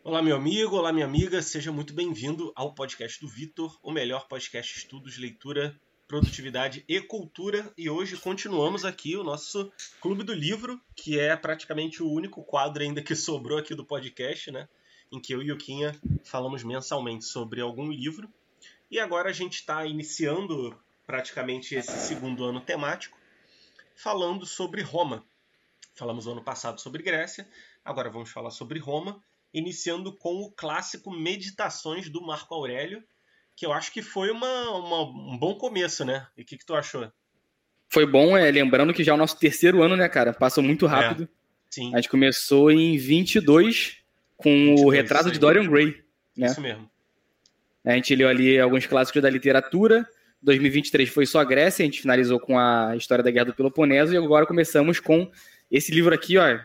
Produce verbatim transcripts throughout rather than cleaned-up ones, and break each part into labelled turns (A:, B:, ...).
A: Olá, meu amigo, olá, minha amiga, seja muito bem-vindo ao podcast do Vitor, o melhor podcast de estudos, leitura, produtividade e cultura. E hoje continuamos aqui o nosso Clube do Livro, que é praticamente o único quadro ainda que sobrou aqui do podcast, né? Em que eu e o Quinha falamos mensalmente sobre algum livro. E agora a gente está iniciando praticamente esse segundo ano temático, falando sobre Roma. Falamos no ano passado sobre Grécia, agora vamos falar sobre Roma, iniciando com o clássico Meditações do Marco Aurélio, que eu acho que foi uma, uma, um bom começo, né? E o que, que tu achou?
B: Foi bom, é, lembrando que já é o nosso terceiro ano, né, cara? Passou muito rápido.
A: É, sim.
B: A gente começou em vinte e dois com
A: vinte e dois,
B: o Retrato de Dorian Gray, né?
A: Isso mesmo.
B: A gente leu ali alguns clássicos da literatura. dois mil e vinte e três foi só Grécia, a gente finalizou com a história da Guerra do Peloponeso e agora começamos com esse livro aqui, ó,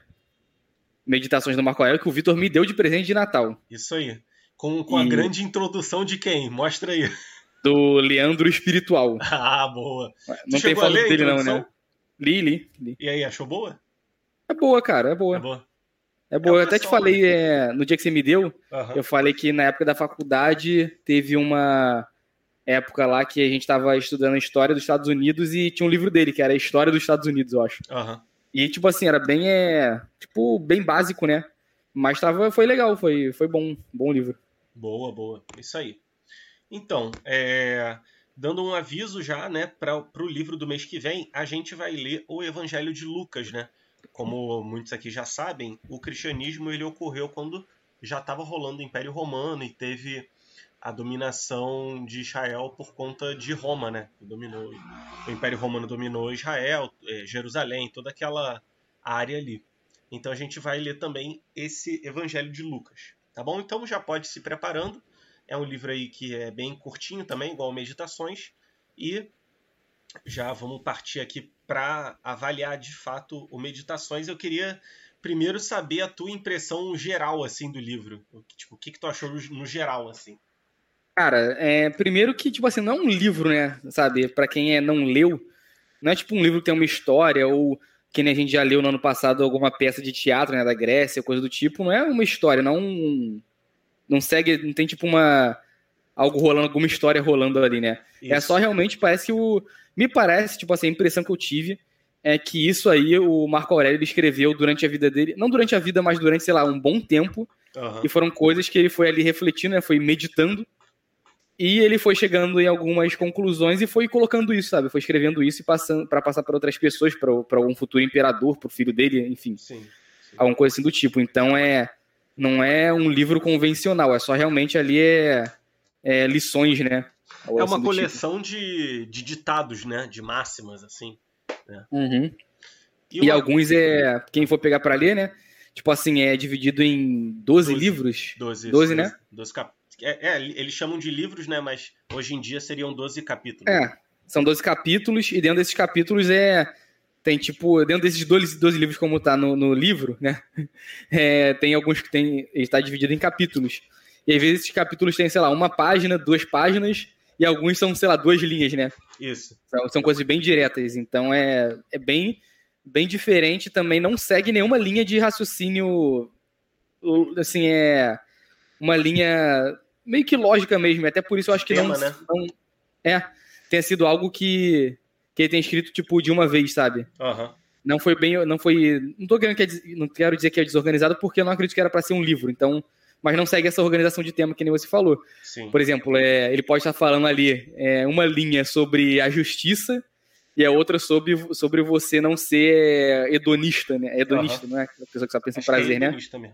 B: Meditações do Marco Aurélio, que o Vitor me deu de presente de Natal.
A: Isso aí. Com, com a
B: E-
A: grande introdução de quem? Mostra aí.
B: Do Leandro Espiritual.
A: Ah, boa. Tu
B: Não tem
A: chegou a
B: foto
A: ler a
B: dele não,
A: introdução?
B: né? Li, li, li.
A: E aí, achou boa?
B: É boa, cara, é boa.
A: É boa.
B: É boa.
A: É o
B: Eu até te
A: pessoal,
B: falei, é, no dia que você me deu,
A: Aham.
B: eu falei que na época da faculdade teve uma época lá que a gente estava estudando a história dos Estados Unidos e tinha um livro dele, que era a História dos Estados Unidos, eu acho.
A: Aham.
B: E, tipo assim, era bem, é, tipo, bem básico, né? Mas tava, foi legal, foi, foi bom, bom livro.
A: Boa, boa. Isso aí. Então, é, dando um aviso já, né, para o livro do mês que vem, a gente vai ler o Evangelho de Lucas, né? Como muitos aqui já sabem, o cristianismo ele ocorreu quando já estava rolando o Império Romano e teve a dominação de Israel por conta de Roma, né? Que dominou, o Império Romano dominou Israel, eh, Jerusalém, toda aquela área ali. Então a gente vai ler também esse Evangelho de Lucas, tá bom? Então já pode ir se preparando. É um livro aí que é bem curtinho também, igual Meditações. E já vamos partir aqui para avaliar de fato o Meditações. Eu queria primeiro saber a tua impressão geral assim do livro. Tipo, o que, que tu achou no geral assim?
B: Cara, é, primeiro que, tipo assim, não é um livro, né, sabe? Pra quem é, não leu, não é tipo um livro que tem uma história ou que nem a gente já leu no ano passado alguma peça de teatro, né, da Grécia, coisa do tipo. Não é uma história, não, não segue, não tem tipo uma algo rolando, alguma história rolando ali, né? É
A: Isso.
B: só realmente, parece que o... Me parece, tipo assim, a impressão que eu tive é que isso aí o Marco Aurélio ele escreveu durante a vida dele, não durante a vida, mas durante, sei lá, um bom tempo,
A: Aham.
B: e foram coisas que ele foi ali refletindo, né? Foi meditando, e ele foi chegando em algumas conclusões e foi colocando isso, sabe? Foi escrevendo isso e passando para passar para outras pessoas, para algum futuro imperador, para o filho dele, enfim,
A: Sim. sim.
B: alguma coisa assim do tipo. Então é... Não é um livro convencional, é só realmente ali é, é lições, né? Algo
A: É
B: assim
A: uma
B: do
A: coleção de, de ditados, né? De máximas, assim.
B: tipo. Uhum.
A: E,
B: E
A: uma...
B: alguns é. Quem for pegar pra ler, né? Tipo assim, é dividido em doze, livros.
A: doze,
B: doze, né?
A: doze cap... é, é, eles chamam de livros, né? Mas hoje em dia seriam doze capítulos.
B: É. São doze capítulos, e dentro desses capítulos é. Tem tipo, dentro desses doze, doze livros, como tá no, no livro, né? É, tem alguns que tem. Ele está dividido em capítulos. E às vezes esses capítulos têm, sei lá, uma página, duas páginas, e alguns são, sei lá, duas linhas, né?
A: Isso.
B: São, são coisas bem diretas. Então é, é bem, bem diferente também. Não segue nenhuma linha de raciocínio. Assim, é uma linha meio que lógica mesmo. Até por isso eu acho que
A: Tema,
B: não,
A: né?
B: não. É, tenha sido algo que, que ele tem escrito, tipo, de uma vez, sabe?
A: Aham.
B: Não foi bem. Não foi. Não tô querendo que não quero dizer que é desorganizado, porque eu não acredito que era para ser um livro. Então. Mas não segue essa organização de tema que nem você falou.
A: Sim.
B: Por exemplo, é, ele pode estar falando ali é, uma linha sobre a justiça e a outra sobre, sobre você não ser hedonista, né? Hedonista,
A: Aham.
B: não é? A pessoa que só pensa em
A: Acho que é
B: prazer, né?
A: hedonista mesmo.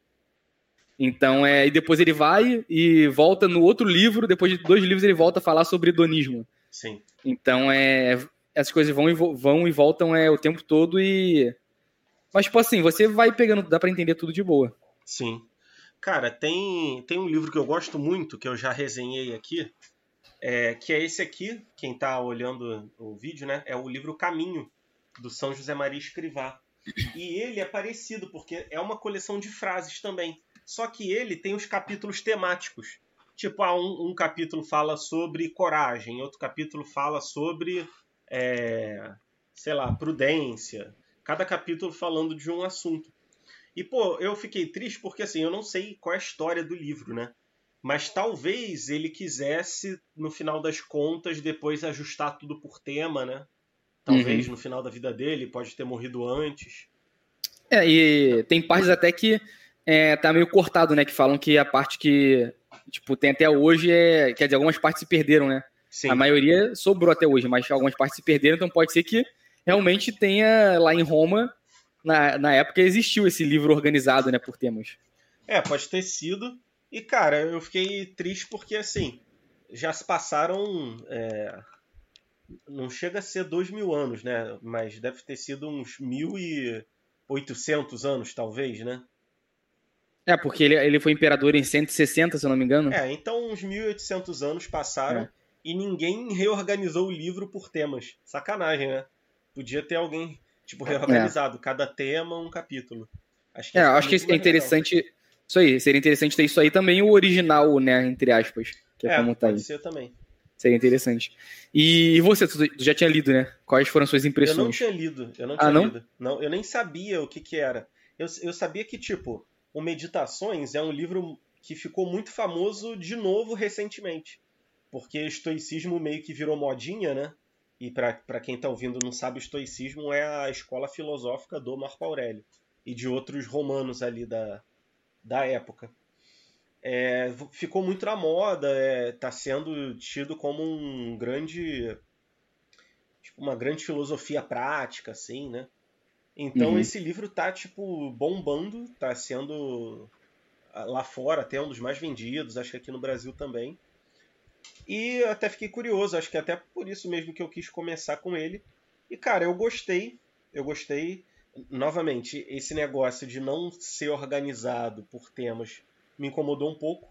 B: Então, é, e depois ele vai e volta no outro livro, depois de dois livros ele volta a falar sobre hedonismo.
A: Sim.
B: Então, é, essas coisas vão e, vo- vão e voltam é, o tempo todo e... Mas, tipo assim, você vai pegando, dá pra entender tudo de boa.
A: Sim. Cara, tem, tem um livro que eu gosto muito, que eu já resenhei aqui, é, que é esse aqui, quem tá olhando o vídeo, né? É o livro Caminho, do São José Maria Escrivá. E ele é parecido, porque é uma coleção de frases também. Só que ele tem os capítulos temáticos. Tipo, ah, um, um capítulo fala sobre coragem, outro capítulo fala sobre, é, sei lá, prudência. Cada capítulo falando de um assunto. E, pô, eu fiquei triste porque, assim, eu não sei qual é a história do livro, né? Mas talvez ele quisesse, no final das contas, depois ajustar tudo por tema, né? Talvez
B: Uhum.
A: no final da vida dele, pode ter morrido antes.
B: É, e tem partes até que é, tá meio cortado, né? Que falam que a parte que, tipo, tem até hoje é... Quer dizer, algumas partes se perderam, né? A
A: Sim.
B: maioria sobrou até hoje, mas algumas partes se perderam, então pode ser que realmente tenha lá em Roma, na, na época, existiu esse livro organizado, né, por temas.
A: É, pode ter sido. E, cara, eu fiquei triste porque, assim, já se passaram. É, não chega a ser dois mil anos, né? Mas deve ter sido uns mil e oitocentos anos, talvez, né?
B: É, porque ele, ele foi imperador em cento e sessenta, se eu não me engano.
A: É, então uns mil e oitocentos anos passaram
B: É.
A: e ninguém reorganizou o livro por temas. Sacanagem, né? Podia ter alguém, tipo,
B: É.
A: reorganizado. Cada tema, um capítulo. Acho que
B: É,
A: ia
B: eu
A: ficar
B: acho que
A: muito
B: é
A: mais legal.
B: interessante. Isso aí, seria interessante ter isso aí também, o original, né, entre aspas, que é
A: É,
B: como tá
A: pode
B: aí.
A: ser também.
B: Seria interessante. E, e você, tu tu já tinha lido, né? Quais foram as suas
A: Eu não
B: impressões?
A: tinha lido, eu não
B: Ah,
A: tinha
B: não?
A: lido. Não, eu nem sabia o que que era. Eu, eu sabia que, tipo, o Meditações é um livro que ficou muito famoso de novo recentemente. Porque estoicismo meio que virou modinha, né? E pra pra quem tá ouvindo e não sabe, estoicismo é a escola filosófica do Marco Aurélio e de outros romanos ali da, da época. É, ficou muito na moda, é, tá sendo tido como um grande, tipo, uma grande filosofia prática, assim, né? Então
B: Uhum.
A: esse livro tá, tipo, bombando, tá sendo lá fora até um dos mais vendidos, acho que aqui no Brasil também. E eu até fiquei curioso, acho que até por isso mesmo que eu quis começar com ele. E cara, eu gostei, eu gostei. Novamente, esse negócio de não ser organizado por temas me incomodou um pouco,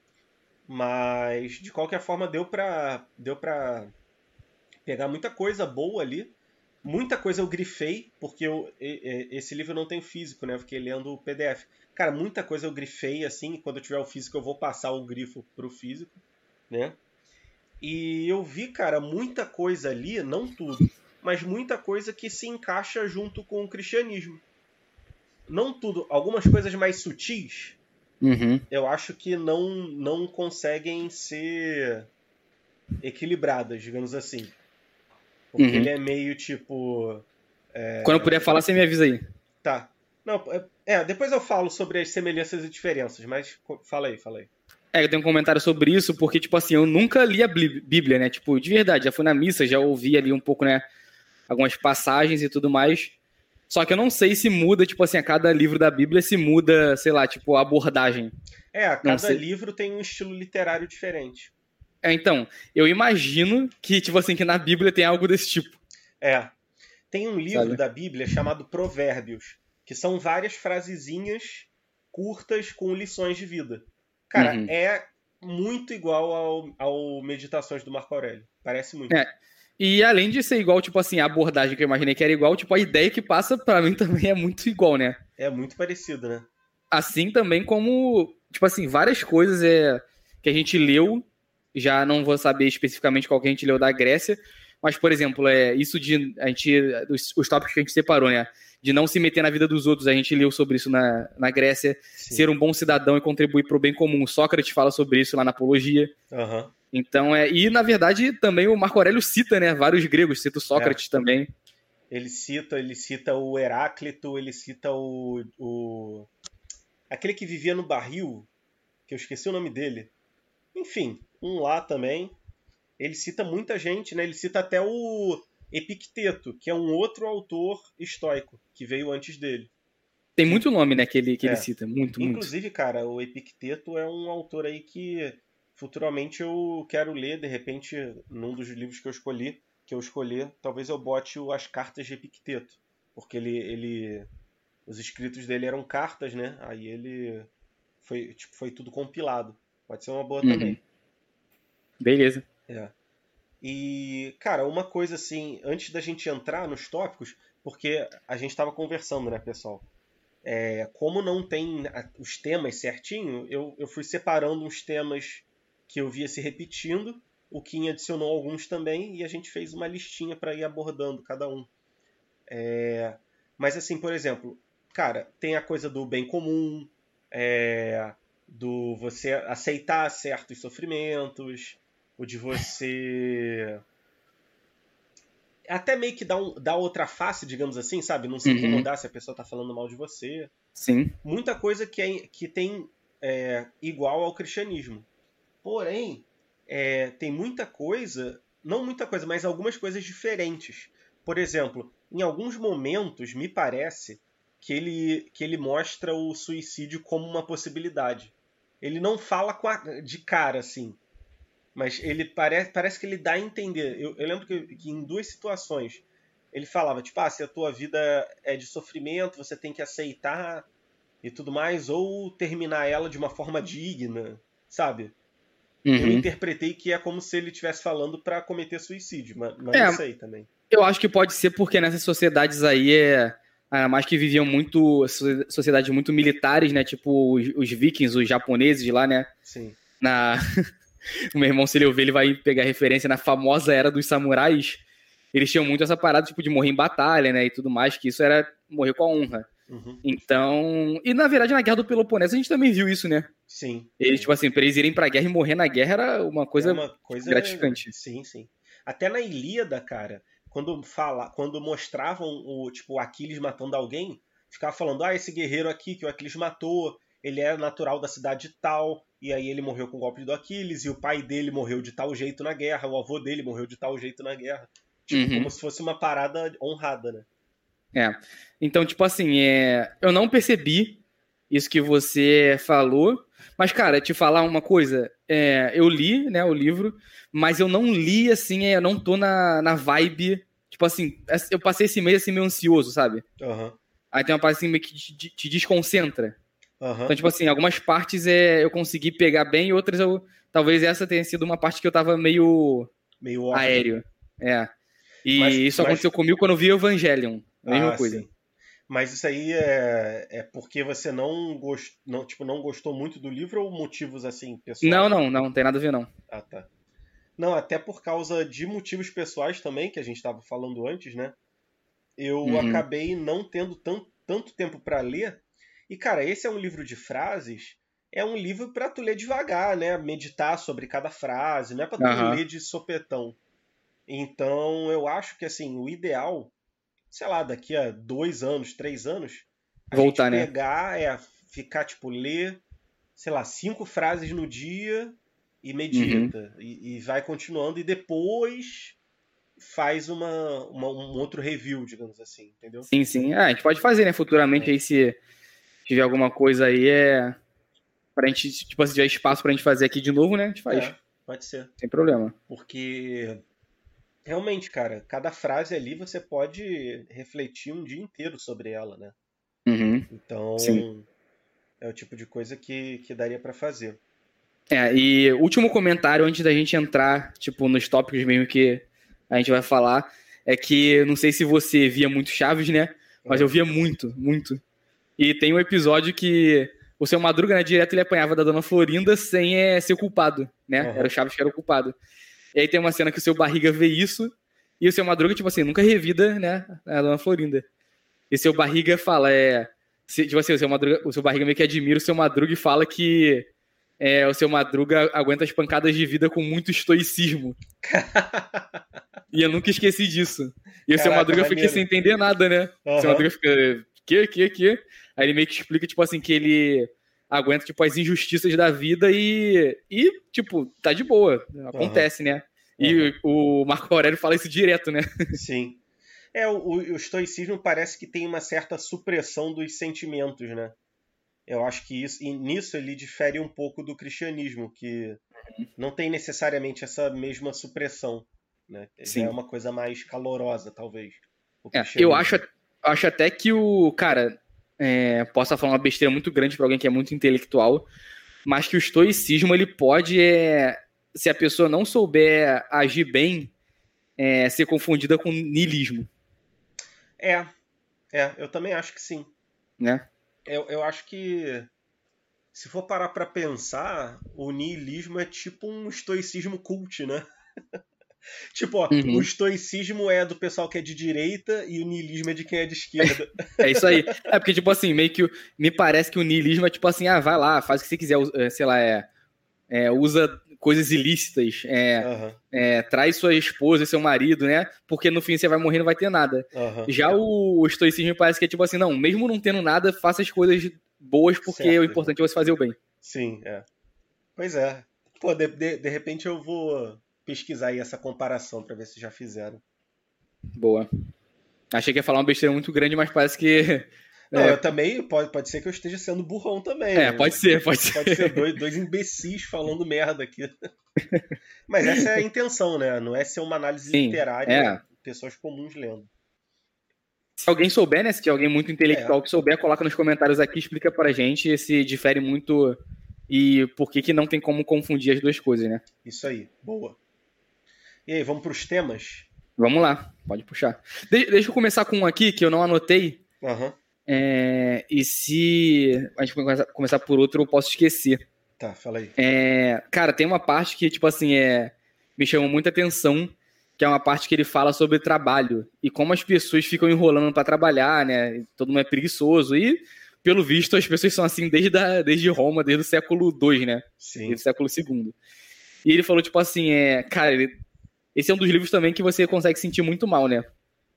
A: mas de qualquer forma deu pra, deu pra pegar muita coisa boa ali. Muita coisa eu grifei, porque eu, esse livro não tem físico, né? Eu fiquei lendo o P D F. Cara, muita coisa eu grifei, assim, e quando eu tiver o físico eu vou passar o grifo pro físico, né? E eu vi, cara, muita coisa ali, não tudo, mas muita coisa que se encaixa junto com o cristianismo. Não tudo, algumas coisas mais sutis,
B: Uhum.
A: eu acho que não, não conseguem ser equilibradas, digamos assim. Porque ele
B: Uhum.
A: é meio tipo.
B: Quando eu puder falar, você me avisa aí.
A: Tá. Não, é, é, depois eu falo sobre as semelhanças e diferenças, mas fala aí, fala aí.
B: É, eu tenho um comentário sobre isso, porque, tipo assim, eu nunca li a Bíblia, né? Tipo, de verdade, já fui na missa, já ouvi ali um pouco, né? Algumas passagens e tudo mais. Só que eu não sei se muda, tipo assim, a cada livro da Bíblia se muda, sei lá, tipo, a abordagem.
A: É,
B: Não
A: cada
B: sei.
A: livro tem um estilo literário diferente.
B: É, então, eu imagino que, tipo assim, que na Bíblia tem algo desse tipo,
A: É. Tem um livro
B: sabe?
A: da Bíblia chamado Provérbios, que são várias frasezinhas curtas com lições de vida. Cara,
B: Uhum.
A: é muito igual ao, ao Meditações do Marco Aurélio. Parece muito.
B: É. E além de ser igual, tipo assim, a abordagem que eu imaginei que era igual, tipo, a ideia que passa pra mim também é muito igual, né?
A: É muito parecido, né?
B: Assim também como, tipo assim, várias coisas é, que a gente leu, já não vou saber especificamente qual que a gente leu da Grécia, mas, por exemplo, é isso de a gente, os, os tópicos que a gente separou, né? De não se meter na vida dos outros, a gente leu sobre isso na, na Grécia,
A: Sim.
B: ser um bom cidadão e contribuir para o bem comum. Sócrates fala sobre isso lá na Apologia.
A: Aham.
B: Então, é, e na verdade também o Marco Aurélio cita, né, vários gregos, cita o
A: É.
B: Sócrates também.
A: Ele cita, ele cita o Heráclito, ele cita o, o. Aquele que vivia no barril, que eu esqueci o nome dele. Enfim, um lá também. Ele cita muita gente, né? Ele cita até o Epicteto, que é um outro autor estoico, que veio antes dele.
B: Tem
A: Que,
B: muito nome, né, que ele, que ele
A: é.
B: cita, muito, muito.
A: Inclusive, cara, o Epicteto é um autor aí que futuramente eu quero ler, de repente, num dos livros que eu escolhi, que eu escolher, talvez eu bote o As Cartas de Epicteto. Porque ele, ele. Os escritos dele eram cartas, né? Aí ele. Foi, tipo, foi tudo compilado. Pode ser uma boa
B: Uhum.
A: também.
B: Beleza.
A: É. E, cara, uma coisa assim, antes da gente entrar nos tópicos, porque a gente estava conversando, né, pessoal? É, como não tem os temas certinho, eu, eu fui separando uns temas que eu via se repetindo, o Kim adicionou alguns também, e a gente fez uma listinha para ir abordando cada um. É, mas assim, por exemplo, cara, tem a coisa do bem comum, é, do você aceitar certos sofrimentos, o de você até meio que dar, um, dar outra face, digamos assim, sabe? Não se
B: Uhum.
A: incomodar se a pessoa tá falando mal de você.
B: Sim.
A: Muita coisa que, é, que tem é, igual ao cristianismo. Porém, é, tem muita coisa, não muita coisa, mas algumas coisas diferentes. Por exemplo, em alguns momentos, me parece que ele, que ele mostra o suicídio como uma possibilidade. Ele não fala com a, de cara, assim, mas ele parece, parece que ele dá a entender. Eu, eu lembro que, que em duas situações ele falava, tipo, ah, se a tua vida é de sofrimento, você tem que aceitar e tudo mais, ou terminar ela de uma forma digna, sabe? Eu
B: Uhum.
A: interpretei que é como se ele estivesse falando pra cometer suicídio, mas, mas
B: É,
A: não sei também.
B: eu acho que pode ser porque nessas sociedades aí é. Ainda mais que viviam muito. so- Sociedades muito militares, né? Tipo os, os vikings, os japoneses lá, né?
A: Sim.
B: Na... O meu irmão, se ele ouvir, ele vai pegar referência na famosa era dos samurais. Eles tinham muito essa parada, tipo, de morrer em batalha, né? E tudo mais, que isso era morrer com a honra.
A: Uhum.
B: Então. E na verdade, na Guerra do Peloponeso, a gente também viu isso, né?
A: Sim.
B: Eles, tipo assim, pra eles irem pra guerra e morrer na guerra era uma
A: É
B: coisa,
A: uma
B: tipo,
A: coisa.
B: gratificante.
A: Sim, sim. Até na Ilíada, cara, quando fala, quando mostravam o tipo o Aquiles matando alguém, ficava falando, ah, esse guerreiro aqui que o Aquiles matou, ele é natural da cidade tal, e aí ele morreu com o golpe do Aquiles, e o pai dele morreu de tal jeito na guerra, o avô dele morreu de tal jeito na guerra. Tipo,
B: Uhum.
A: como se fosse uma parada honrada, né?
B: É. Então, tipo assim, é... eu não percebi isso que você falou, mas, cara, te falar uma coisa, é... eu li, né, o livro, mas eu não li, assim, é, eu não tô na, na vibe, tipo assim, eu passei esse mês, assim, meio ansioso, sabe?
A: Aham.
B: Aí tem uma parte, assim, meio que te, te desconcentra. Então,
A: Aham.
B: tipo assim, algumas partes é, eu consegui pegar bem, e outras eu, talvez essa tenha sido uma parte que eu tava meio
A: Meio off.
B: aéreo, é.
A: Mas,
B: E isso
A: mas.
B: aconteceu comigo quando eu vi Evangelion, a mesma
A: Ah,
B: coisa.
A: sim. Mas isso aí é, é porque você não, gost, não, tipo, não gostou muito do livro ou motivos assim,
B: Não,
A: pessoais?
B: não, não, não tem nada a ver, não.
A: Ah, tá. Não, até por causa de motivos pessoais também, que a gente estava falando antes, né? Eu
B: Uhum.
A: acabei não tendo tanto, tanto tempo para ler. E, cara, esse é um livro de frases. É um livro para tu ler devagar, né? Meditar sobre cada frase. Não é para tu
B: Aham.
A: ler de sopetão. Então, eu acho que, assim, o ideal, sei lá, daqui a dois anos, três anos, a gente
B: Voltar, né?
A: pegar, é ficar, tipo, ler, sei lá, cinco frases no dia e
B: Uhum.
A: medita. E, e vai continuando, e depois faz uma, uma- um outro review, digamos assim, entendeu?
B: Sim, sim. Ah, a gente pode fazer, né? Futuramente
A: É,
B: aí, se tiver alguma coisa aí, é. Pra gente, tipo, se tiver espaço pra gente fazer aqui de novo, né? A gente faz.
A: é, pode ser.
B: Sem problema.
A: Porque realmente, cara, cada frase ali você pode refletir um dia inteiro sobre ela, né?
B: Uhum. Sim.
A: Então, é o tipo de coisa que, que daria pra fazer.
B: É, e último comentário antes da gente entrar, tipo, nos tópicos mesmo que a gente vai falar, é que não sei se você via muito Chaves, né? Mas eu
A: É.
B: via muito, muito. E tem um episódio que o Seu Madruga, né, direto ele apanhava da Dona Florinda sem é, ser o culpado, né? Era o
A: Aham.
B: Chaves que era o culpado. E aí tem uma cena que o Seu Barriga vê isso e o Seu Madruga, tipo assim, nunca revida, né, a Dona Florinda. E o Seu Barriga fala, é... se- tipo assim, o Seu, Madruga, o Seu Barriga meio que admira o Seu Madruga e fala que é, o Seu Madruga aguenta as pancadas de vida com muito estoicismo. E eu nunca esqueci disso. E o Seu
A: Caraca,
B: Madruga fica sem
A: maneiro.
B: entender nada, né? O Seu
A: Aham.
B: Madruga fica, que, que, que? Aí ele meio que explica, tipo assim, que ele aguenta, tipo, as injustiças da vida e, e tipo, tá de boa.
A: Aham.
B: Acontece, né?
A: Aham.
B: E o Marco Aurélio fala isso direto, né?
A: Sim. É, o, o estoicismo parece que tem uma certa supressão dos sentimentos, né? Eu acho que isso, e nisso ele difere um pouco do cristianismo, que não tem necessariamente essa mesma supressão, né? Já é
B: Sim.
A: uma coisa mais calorosa, talvez, o
B: É, eu acho,
A: cristianismo.
B: acho até que o, cara, é, posso falar uma besteira muito grande pra alguém que é muito intelectual, mas que o estoicismo, ele pode, é, se a pessoa não souber agir bem, é, ser confundida com niilismo,
A: É, é, eu também acho que sim.
B: né?
A: Eu, eu acho que, se for parar pra pensar, o niilismo é tipo um estoicismo cult, né? Tipo, ó,
B: Uhum.
A: o estoicismo é do pessoal que é de direita e o niilismo é de quem é de esquerda.
B: É isso aí. É porque, tipo assim, meio que me parece que o niilismo é tipo assim, ah, vai lá, faz o que você quiser, é, sei lá, é, é, usa coisas ilícitas, é,
A: Aham,
B: é, traz sua esposa e seu marido, né? Porque no fim você vai morrer e não vai ter nada.
A: aham.
B: Já o, o estoicismo me parece que é tipo assim, não, mesmo não tendo nada, faça as coisas boas porque o
A: Certas, né?
B: importante é você fazer o bem.
A: Sim, é. Pois é. Pô, de, de, de repente eu vou pesquisar aí essa comparação pra ver se já fizeram.
B: Boa. Achei que ia falar uma besteira muito grande, mas parece que...
A: Não, eu
B: É,
A: também, pode, pode ser que eu esteja sendo burrão também,
B: é
A: né?
B: pode ser, pode
A: Pode ser
B: ser.
A: dois, dois imbecis falando merda aqui. Mas essa é a intenção, né? Não é ser uma análise
B: Sim,
A: literária,
B: é.
A: pessoas comuns lendo.
B: Se alguém souber, né? Se tiver alguém muito
A: É,
B: intelectual que souber, coloca nos comentários aqui, explica pra gente se difere muito e por que que não tem como confundir as duas coisas, né?
A: isso aí. Boa. E aí, vamos pros temas?
B: Vamos lá, pode puxar. De- deixa eu começar com um aqui que eu não anotei.
A: Aham.
B: É, e se a gente começar, começar por outro, eu posso esquecer.
A: Tá, fala aí.
B: É, cara, tem uma parte que, tipo assim, é, me chamou muita atenção, que é uma parte que ele fala sobre trabalho e como as pessoas ficam enrolando para trabalhar, né? Todo mundo é preguiçoso e, pelo visto, as pessoas são assim desde, a, desde Roma, desde o século dois, né?
A: Sim.
B: Desde o século segundo. E ele falou, tipo assim, é, cara, ele- esse é um dos livros também que você consegue sentir muito mal, né?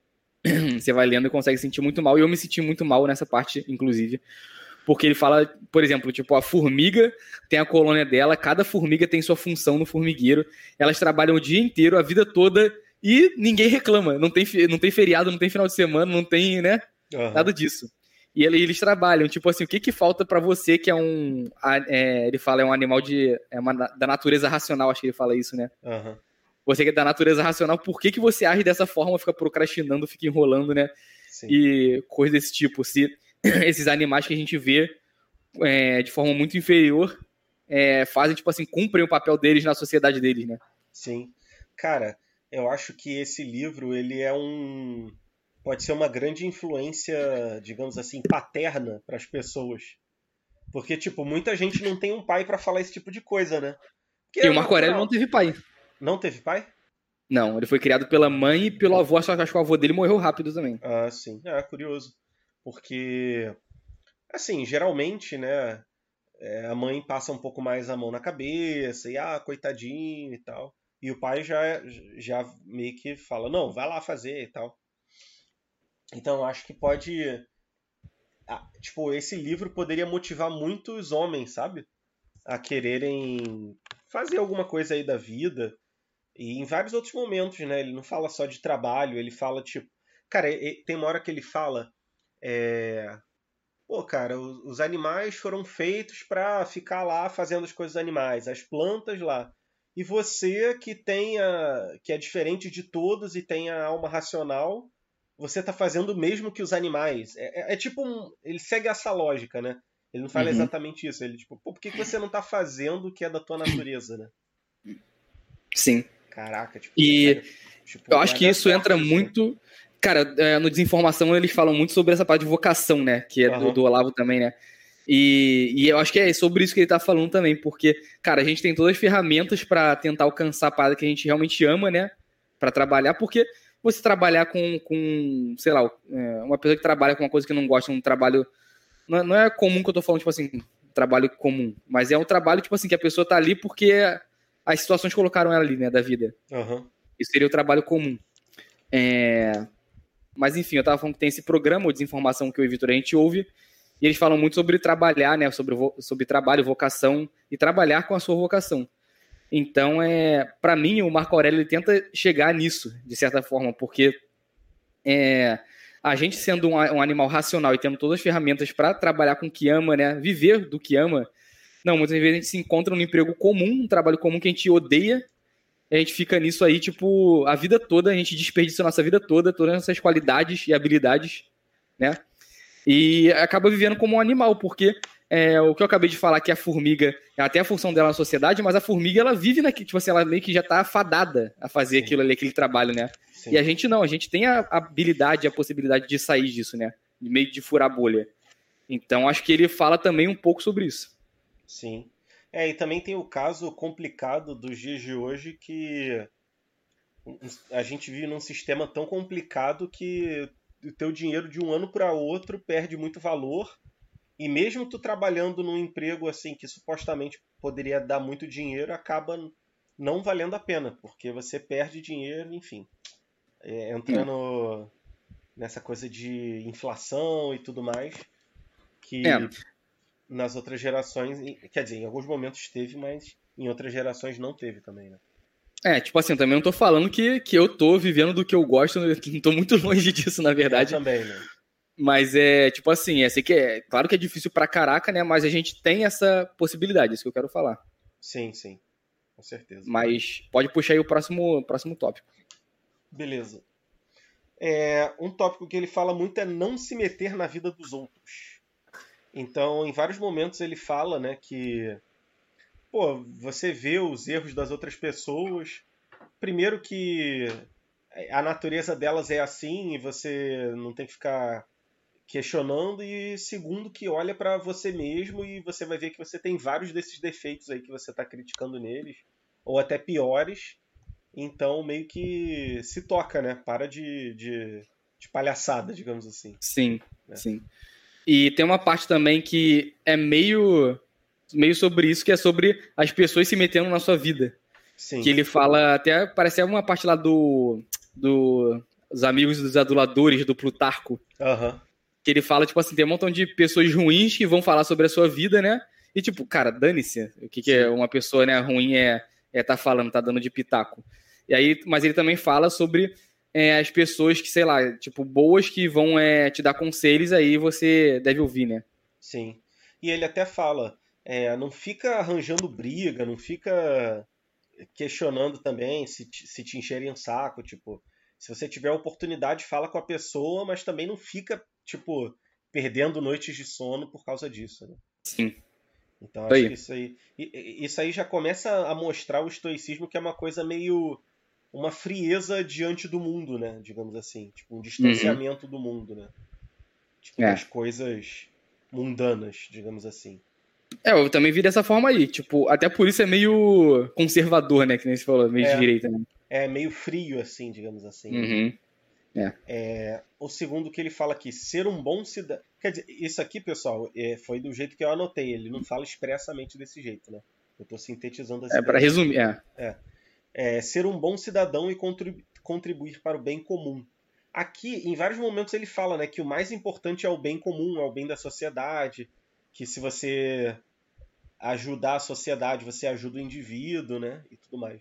B: Você vai lendo e consegue sentir muito mal, e eu me senti muito mal nessa parte, inclusive. Porque ele fala, por exemplo, tipo, a formiga tem a colônia dela, cada formiga tem sua função no formigueiro, elas trabalham o dia inteiro, a vida toda, e ninguém reclama. Não tem, fe- não tem feriado, não tem final de semana, não tem, né?
A: Aham.
B: Nada disso. E ele- eles trabalham, tipo assim, o que que falta pra você que é um, a- é, ele fala, é um animal de, é uma, da natureza racional, acho que ele fala isso, né?
A: Aham.
B: Você que é da natureza racional, por que que você age dessa forma, fica procrastinando, fica enrolando, né?
A: Sim.
B: E coisas desse tipo. Se esses animais que a gente vê é, de forma muito inferior é, fazem, tipo assim, cumprem o papel deles na sociedade deles, né?
A: Sim. Cara, eu acho que esse livro, ele é um... Pode ser uma grande influência, digamos assim, paterna para as pessoas. Porque, tipo, muita gente não tem um pai para falar esse tipo de coisa, né? Porque
B: E
A: é
B: o Marco Aurélio não
A: natural.
B: teve pai.
A: Não teve pai?
B: Não, ele foi criado pela mãe e pelo avô, só que acho que o avô dele morreu rápido também.
A: Ah, sim. É, curioso. Porque, assim, geralmente, né, é, a mãe passa um pouco mais a mão na cabeça e, ah, coitadinho e tal. E o pai já, já meio que fala, não, vai lá fazer e tal. Então, eu acho que pode... ah, tipo, esse livro poderia motivar muitos homens, sabe? A quererem fazer alguma coisa aí da vida. E em vários outros momentos, né? Ele não fala só de trabalho, ele fala, tipo... Cara, e- tem uma hora que ele fala... É... Pô, cara, os, os animais foram feitos pra ficar lá fazendo as coisas animais, as plantas lá. E você que tem a, que é diferente de todos e tem a alma racional, você tá fazendo o mesmo que os animais. É, é- é tipo um, ele segue essa lógica, né? Ele não fala
B: Uhum.
A: exatamente isso. Ele tipo, pô, por que que você não tá fazendo o que é da tua natureza, né?
B: Sim.
A: Caraca, tipo,
B: E
A: pega,
B: eu
A: tipo,
B: acho que
A: pega
B: isso entra
A: forte isso, né?
B: muito. Cara, é, no Desinformação eles falam muito sobre essa parte de vocação, né? Que é do,
A: Aham,
B: do Olavo também, né? E, e eu acho que é sobre isso que ele tá falando também, porque, cara, a gente tem todas as ferramentas pra tentar alcançar a parada que a gente realmente ama, né? Pra trabalhar, porque você trabalhar com, com sei lá, é, uma pessoa que trabalha com uma coisa que não gosta, um trabalho. Não, é- não é comum que eu tô falando, tipo assim, trabalho comum, mas é um trabalho, tipo assim, que a pessoa tá ali porque as situações colocaram ela ali, né, da vida.
A: aham,
B: Isso seria o trabalho comum. É, mas enfim, eu tava falando que tem esse programa, o Desinformação, que eu e o Vitor a gente ouve, e eles falam muito sobre trabalhar, né? Sobre, sobre trabalho, vocação, e trabalhar com a sua vocação. Então, é, para mim, o Marco Aurélio ele tenta chegar nisso, de certa forma, porque é, a gente sendo um, um animal racional e tendo todas as ferramentas para trabalhar com o que ama, né? Viver do que ama, não, muitas vezes a gente se encontra num emprego comum, um trabalho comum que a gente odeia, a gente fica nisso aí, tipo, a vida toda, a gente desperdiça a nossa vida toda, todas essas qualidades e habilidades, né? E acaba vivendo como um animal, porque é, o que eu acabei de falar que a formiga, ela tem a função dela na sociedade, mas a formiga, ela vive naquilo, tipo assim, ela meio que já tá fadada a fazer
A: sim,
B: aquilo ali, aquele trabalho, né? E a
A: sim,
B: gente não, a gente tem a habilidade, a possibilidade de sair disso, né? Meio de furar a bolha. Então, acho que ele fala também um pouco sobre isso.
A: sim. É, e também tem o caso complicado dos dias de hoje que a gente vive num sistema tão complicado que o teu dinheiro de um ano para outro perde muito valor. E mesmo tu trabalhando num emprego assim que supostamente poderia dar muito dinheiro, acaba não valendo a pena, porque você perde dinheiro, enfim. É, entra no, nessa coisa de inflação e tudo mais, que
B: É.
A: nas outras gerações, quer dizer, em alguns momentos teve, mas em outras gerações não teve também, né?
B: É, tipo assim, também não tô falando que, que eu tô vivendo do que eu gosto, não tô muito longe disso, na verdade.
A: Eu também, né?
B: Mas é, tipo assim, é, sei que é, claro que é difícil pra caraca, né? Mas a gente tem essa possibilidade, isso que eu quero falar.
A: Sim, sim, com certeza.
B: Mas pode puxar aí o próximo, próximo tópico.
A: Beleza. É, um tópico que ele fala muito é não se meter na vida dos outros. Então, em vários momentos ele fala, né, que pô, você vê os erros das outras pessoas. Primeiro que a natureza delas é assim e você não tem que ficar questionando, e segundo que olha pra você mesmo e você vai ver que você tem vários desses defeitos aí que você tá criticando neles, ou até piores. Então meio que se toca, né? Para de, de, de palhaçada, digamos assim.
B: Sim,
A: né?
B: sim. E tem uma parte também que é meio, meio sobre isso, que é sobre as pessoas se metendo na sua vida.
A: Sim.
B: Que ele fala, até parece uma parte lá do, do os amigos dos aduladores, do Plutarco.
A: Aham. Uhum.
B: Que ele fala, tipo assim, tem um montão de pessoas ruins que vão falar sobre a sua vida, né? E tipo, cara, dane-se. O que, que é uma pessoa, né, ruim é, é tá falando, tá dando de pitaco. E aí, mas ele também fala sobre é, as pessoas que, sei lá, tipo, boas que vão é, te dar conselhos, aí você deve ouvir, né?
A: Sim. E ele até fala, é, não fica arranjando briga, não fica questionando também se te, se te encherem um saco, tipo, se você tiver a oportunidade, fala com a pessoa, mas também não fica, tipo, perdendo noites de sono por causa disso, né?
B: Sim.
A: Então acho
B: aí.
A: que isso aí, isso aí já começa a mostrar o estoicismo, que é uma coisa meio uma frieza diante do mundo, né? Digamos assim, tipo um distanciamento uhum. do mundo, né? Tipo,
B: é.
A: das coisas mundanas, digamos assim.
B: É, eu também vi dessa forma aí, tipo, até por isso é meio conservador, né, que nem você falou, meio
A: é,
B: de direita, né?
A: É meio frio, assim, digamos assim.
B: Uhum. É.
A: É, o segundo que ele fala aqui, ser um bom cidadão. Quer dizer, isso aqui, pessoal, é, foi do jeito que eu anotei. Ele não fala expressamente desse jeito, né? Eu estou sintetizando as
B: é,
A: ideias.
B: Para resumir, é.
A: é. É, ser um bom cidadão e contribuir para o bem comum. Aqui, em vários momentos, ele fala, né, que o mais importante é o bem comum, é o bem da sociedade, que se você ajudar a sociedade, você ajuda o indivíduo, né, e tudo mais.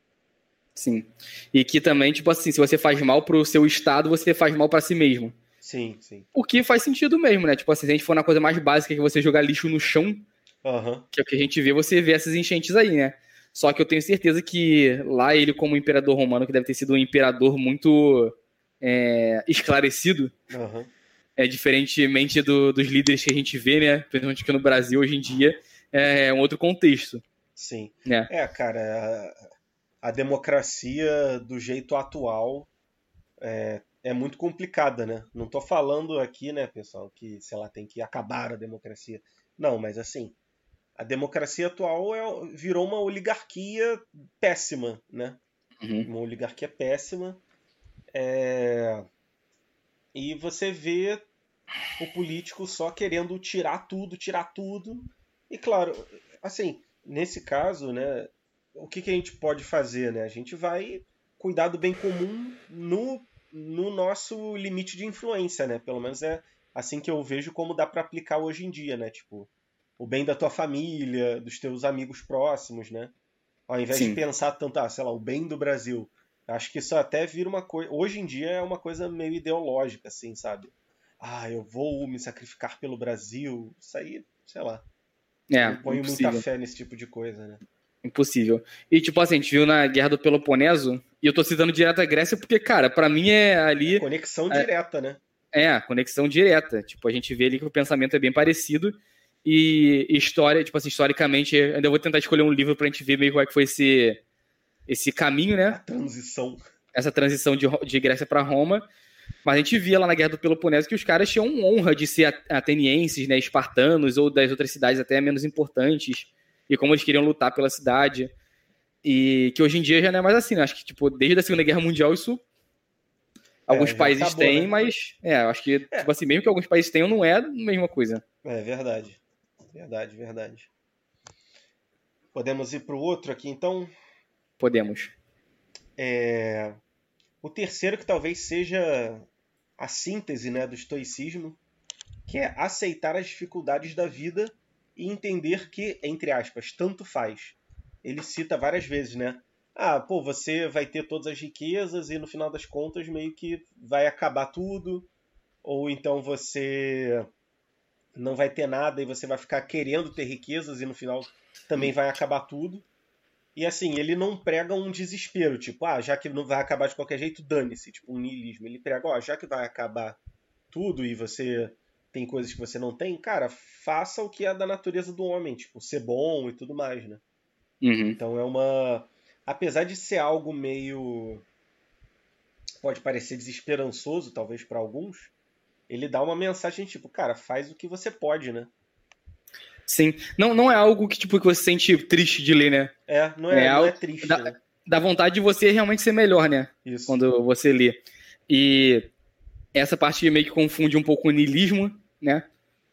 B: Sim. E que também, tipo assim, se você faz mal pro seu estado, você faz mal para si mesmo.
A: Sim, sim.
B: O que faz sentido mesmo, né? Tipo assim, se a gente for na coisa mais básica, que você jogar lixo no chão,
A: uhum.
B: que é o que a gente vê, você vê essas enchentes aí, né? Só que eu tenho certeza que lá ele, como imperador romano, que deve ter sido um imperador muito é, esclarecido,
A: uhum.
B: é, diferentemente do, dos líderes que a gente vê, né? Principalmente aqui no Brasil, hoje em dia, é um outro contexto.
A: Sim.
B: Né?
A: É, cara, a, a democracia do jeito atual é, é muito complicada, né? Não tô falando aqui, né, pessoal, que, sei lá, tem que acabar a democracia. Não, mas assim, a democracia atual é, virou uma oligarquia péssima, né?
B: Uhum.
A: Uma oligarquia péssima. É... E você vê o político só querendo tirar tudo, tirar tudo. E claro, assim, nesse caso, né, o que, que a gente pode fazer, né? A gente vai cuidar do bem comum no, no nosso limite de influência, né? Pelo menos é assim que eu vejo como dá para aplicar hoje em dia, né? Tipo, o bem da tua família, dos teus amigos próximos, né? Ao invés Sim. de pensar tanto, ah, sei lá, o bem do Brasil. Acho que isso até vira uma coisa... Hoje em dia é uma coisa meio ideológica, assim, sabe? Ah, eu vou me sacrificar pelo Brasil. Isso aí, sei lá.
B: É,
A: não ponho
B: impossível.
A: muita fé nesse tipo de coisa, né?
B: Impossível. E, tipo assim, a gente viu na Guerra do Peloponeso, e eu tô citando direto a Grécia porque, cara, pra mim é ali...
A: É conexão é, direta, né?
B: É, conexão direta. Tipo, a gente vê ali que o pensamento é bem parecido. E história, tipo assim, historicamente, ainda vou tentar escolher um livro pra gente ver meio como é que foi esse, esse caminho, né?
A: A transição.
B: Essa transição de, de Grécia pra Roma. Mas a gente via lá na Guerra do Peloponeso que os caras tinham honra de ser atenienses, né, espartanos, ou das outras cidades até menos importantes, e como eles queriam lutar pela cidade. E que hoje em dia já não é mais assim, né? Acho que, tipo, desde a Segunda Guerra Mundial isso alguns
A: É, já
B: países
A: acabou,
B: têm,
A: né?
B: mas é, eu acho que,
A: É,
B: tipo assim, mesmo que alguns países tenham, não é a mesma coisa.
A: é verdade. Verdade, verdade. Podemos ir para o outro aqui, então.
B: Podemos.
A: É, o terceiro que talvez seja a síntese, né, do estoicismo, que é aceitar as dificuldades da vida e entender que, entre aspas, tanto faz. Ele cita várias vezes, né? Ah, pô, você vai ter todas as riquezas e no final das contas meio que vai acabar tudo, ou então você não vai ter nada e você vai ficar querendo ter riquezas e no final também vai acabar tudo. E assim, ele não prega um desespero, tipo, ah, já que não vai acabar de qualquer jeito, dane-se, tipo um niilismo. Ele prega, ó, já que vai acabar tudo e você tem coisas que você não tem, cara, faça o que é da natureza do homem, tipo, ser bom e tudo mais, né?
B: Uhum.
A: Então é uma. Apesar de ser algo meio. Pode parecer desesperançoso, talvez, para alguns, ele dá uma mensagem tipo, cara, faz o que você pode, né?
B: Sim. Não, não é algo que, tipo, que você sente triste de ler, né?
A: É, não
B: É
A: é, não é
B: algo
A: triste,
B: da,
A: né?
B: da vontade de você realmente ser melhor, né?
A: Isso.
B: Quando você lê. E essa parte meio que confunde um pouco o niilismo, né?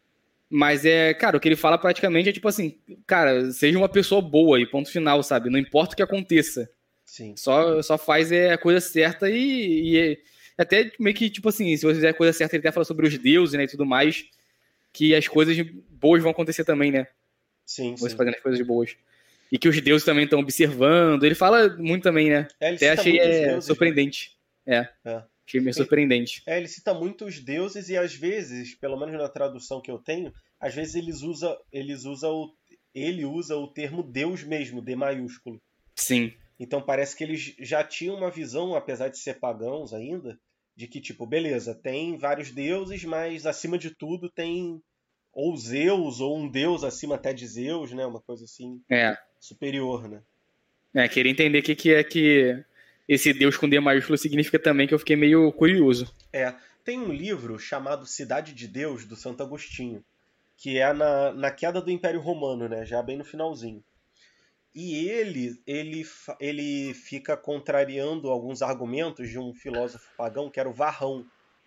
B: Mas é, cara, o que ele fala praticamente é tipo assim, cara, seja uma pessoa boa e ponto final, sabe? Não importa o que aconteça.
A: Sim.
B: Só, só faz é, a coisa certa e, e é- até meio que, tipo assim, se você fizer a coisa certa, ele até fala sobre os deuses, né, e tudo mais, que as coisas boas vão acontecer também, né?
A: Sim,
B: Você
A: sim.
B: fazendo as coisas boas. E que os deuses também estão observando. Ele fala muito também, né?
A: É, ele
B: Até
A: cita
B: achei
A: muitos
B: é,
A: deuses, né?
B: surpreendente. É,
A: É.
B: achei meio
A: Ele,
B: surpreendente.
A: é, ele cita muitos deuses e às vezes, pelo menos na tradução que eu tenho, às vezes eles usa, eles usa o, ele usa o termo Deus mesmo, D maiúsculo.
B: Sim,
A: Então parece que eles já tinham uma visão, apesar de ser pagãos ainda, de que, tipo, beleza, tem vários deuses, mas acima de tudo tem ou Zeus, ou um deus acima até de Zeus, né? Uma coisa assim
B: é.
A: superior, né?
B: É, queria entender o que, que é que esse Deus com D maiúsculo significa também, que eu fiquei meio curioso.
A: É, tem um livro chamado Cidade de Deus, do Santo Agostinho, que é na, na queda do Império Romano, né? Já bem no finalzinho. E ele, ele, fa- ele fica contrariando alguns argumentos de um filósofo pagão que era o Varrão.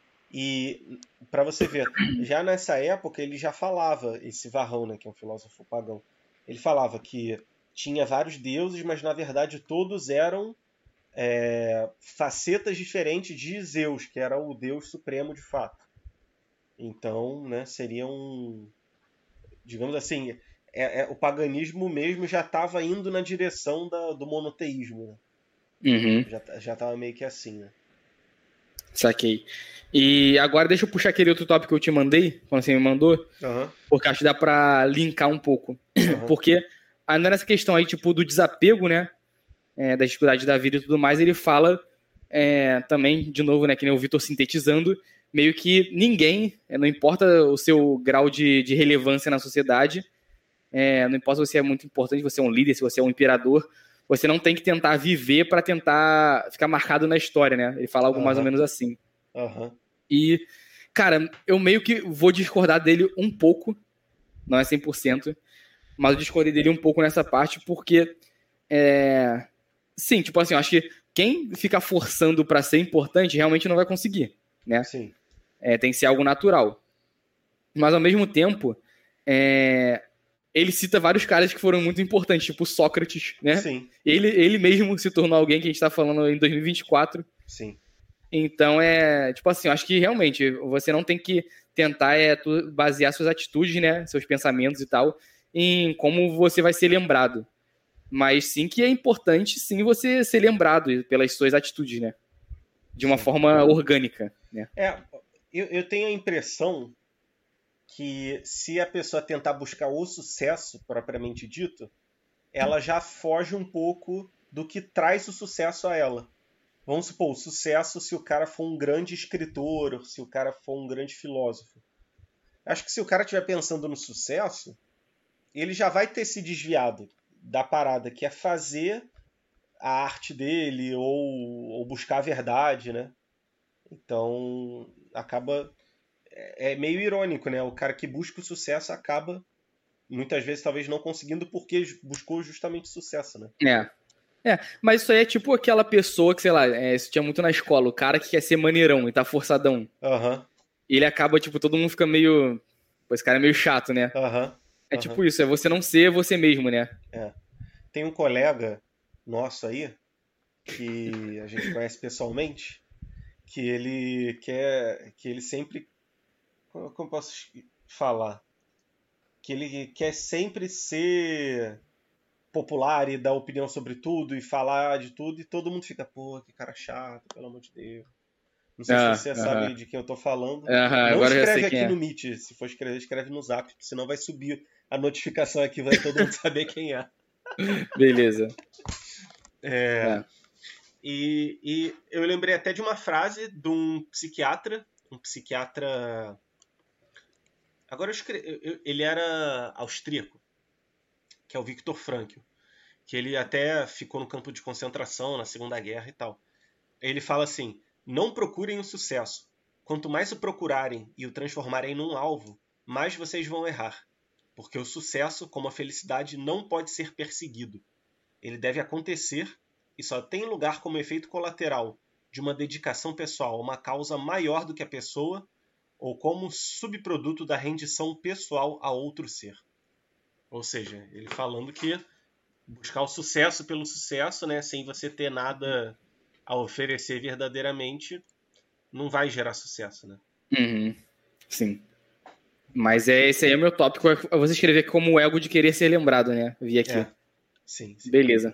A: E para você ver, já nessa época ele já falava, esse Varrão, né, que é um filósofo pagão, ele falava que tinha vários deuses, mas na verdade todos eram é, facetas diferentes de Zeus, que era o deus supremo de fato. Então, né, seria um, digamos assim, é, é, o paganismo mesmo já estava indo na direção da- do monoteísmo, né?
B: Uhum,
A: Já já estava meio que assim, né?
B: saquei. E agora deixa eu puxar aquele outro tópico que eu te mandei, quando você me mandou,
A: Aham,
B: porque acho que dá pra linkar um pouco.
A: aham,
B: Porque ainda nessa questão aí, tipo, do desapego, né, é, das dificuldades da vida e tudo mais, ele fala é, também, de novo, né, que nem o Vitor sintetizando, meio que ninguém, é, não importa o seu grau de, de relevância na sociedade, é, não importa se você é muito importante, se você é um líder, se você é um imperador, você não tem que tentar viver para tentar ficar marcado na história, né? Ele fala algo mais ou
A: aham,
B: menos assim.
A: aham.
B: E, cara, eu meio que vou discordar dele um pouco, não é cem por cento, mas eu discordei dele um pouco nessa parte porque, é... sim, tipo assim, eu acho que quem fica forçando para ser importante realmente não vai conseguir, né?
A: Sim,
B: É, tem que ser algo natural. Mas, ao mesmo tempo, é... ele cita vários caras que foram muito importantes, tipo Sócrates, né?
A: sim,
B: Ele, ele mesmo se tornou alguém que a gente tá falando em dois mil e vinte e quatro.
A: sim.
B: Então é, tipo assim, eu acho que realmente você não tem que tentar é, tu- basear suas atitudes, né, seus pensamentos e tal, em como você vai ser lembrado. Mas sim que é importante, sim, você ser lembrado pelas suas atitudes, né? De uma
A: Sim.
B: forma orgânica, né?
A: É, eu, eu tenho a impressão que se a pessoa tentar buscar o sucesso propriamente dito, ela já foge um pouco do que traz o sucesso a ela. Vamos supor, o sucesso se o cara for um grande escritor, ou se o cara for um grande filósofo. Acho que se o cara estiver pensando no sucesso, ele já vai ter se desviado da parada que é fazer a arte dele ou, ou buscar a verdade, né? Então acaba é meio irônico, né? O cara que busca o sucesso acaba muitas vezes talvez não conseguindo porque buscou justamente sucesso, né?
B: É. É, mas isso aí é tipo aquela pessoa que, sei lá, é, isso tinha muito na escola, o cara que quer ser maneirão e tá forçadão.
A: Aham,
B: E ele acaba, tipo, todo mundo fica meio. Pô, esse cara é meio chato, né?
A: aham,
B: É
A: aham.
B: tipo isso, é você não ser você mesmo, né?
A: É. Tem um colega nosso aí, que a gente conhece pessoalmente, que ele quer, que ele sempre, como como eu posso falar? Que ele quer sempre ser popular e dar opinião sobre tudo e falar de tudo e todo mundo fica, pô, que cara chato, pelo amor de Deus. Não sei se
B: Ah,
A: você
B: aham.
A: sabe de quem eu tô falando.
B: Aham,
A: Não
B: agora eu já sei
A: escreve
B: quem
A: aqui no
B: é.
A: Meet, se for escrever, escreve no Zap, porque senão vai subir a notificação aqui, vai todo mundo saber quem é.
B: Beleza.
A: É,
B: É.
A: e, e eu lembrei até de uma frase de um psiquiatra, um psiquiatra. Agora eu escrevi, eu- ele era austríaco, que é o Viktor Frankl, que ele até ficou no campo de concentração na Segunda Guerra e tal. Ele fala assim: não procurem o sucesso. Quanto mais o procurarem e o transformarem num alvo, mais vocês vão errar. Porque o sucesso, como a felicidade, não pode ser perseguido. Ele deve acontecer e só tem lugar como efeito colateral de uma dedicação pessoal a uma causa maior do que a pessoa ou como subproduto da rendição pessoal a outro ser. Ou seja, ele falando que buscar o sucesso pelo sucesso, né, sem você ter nada a oferecer verdadeiramente, não vai gerar sucesso, né?
B: Uhum. Sim. Mas é, esse aí é o meu tópico, é você escrever como o ego de querer ser lembrado, né? Vi aqui.
A: É, sim, sim.
B: Beleza.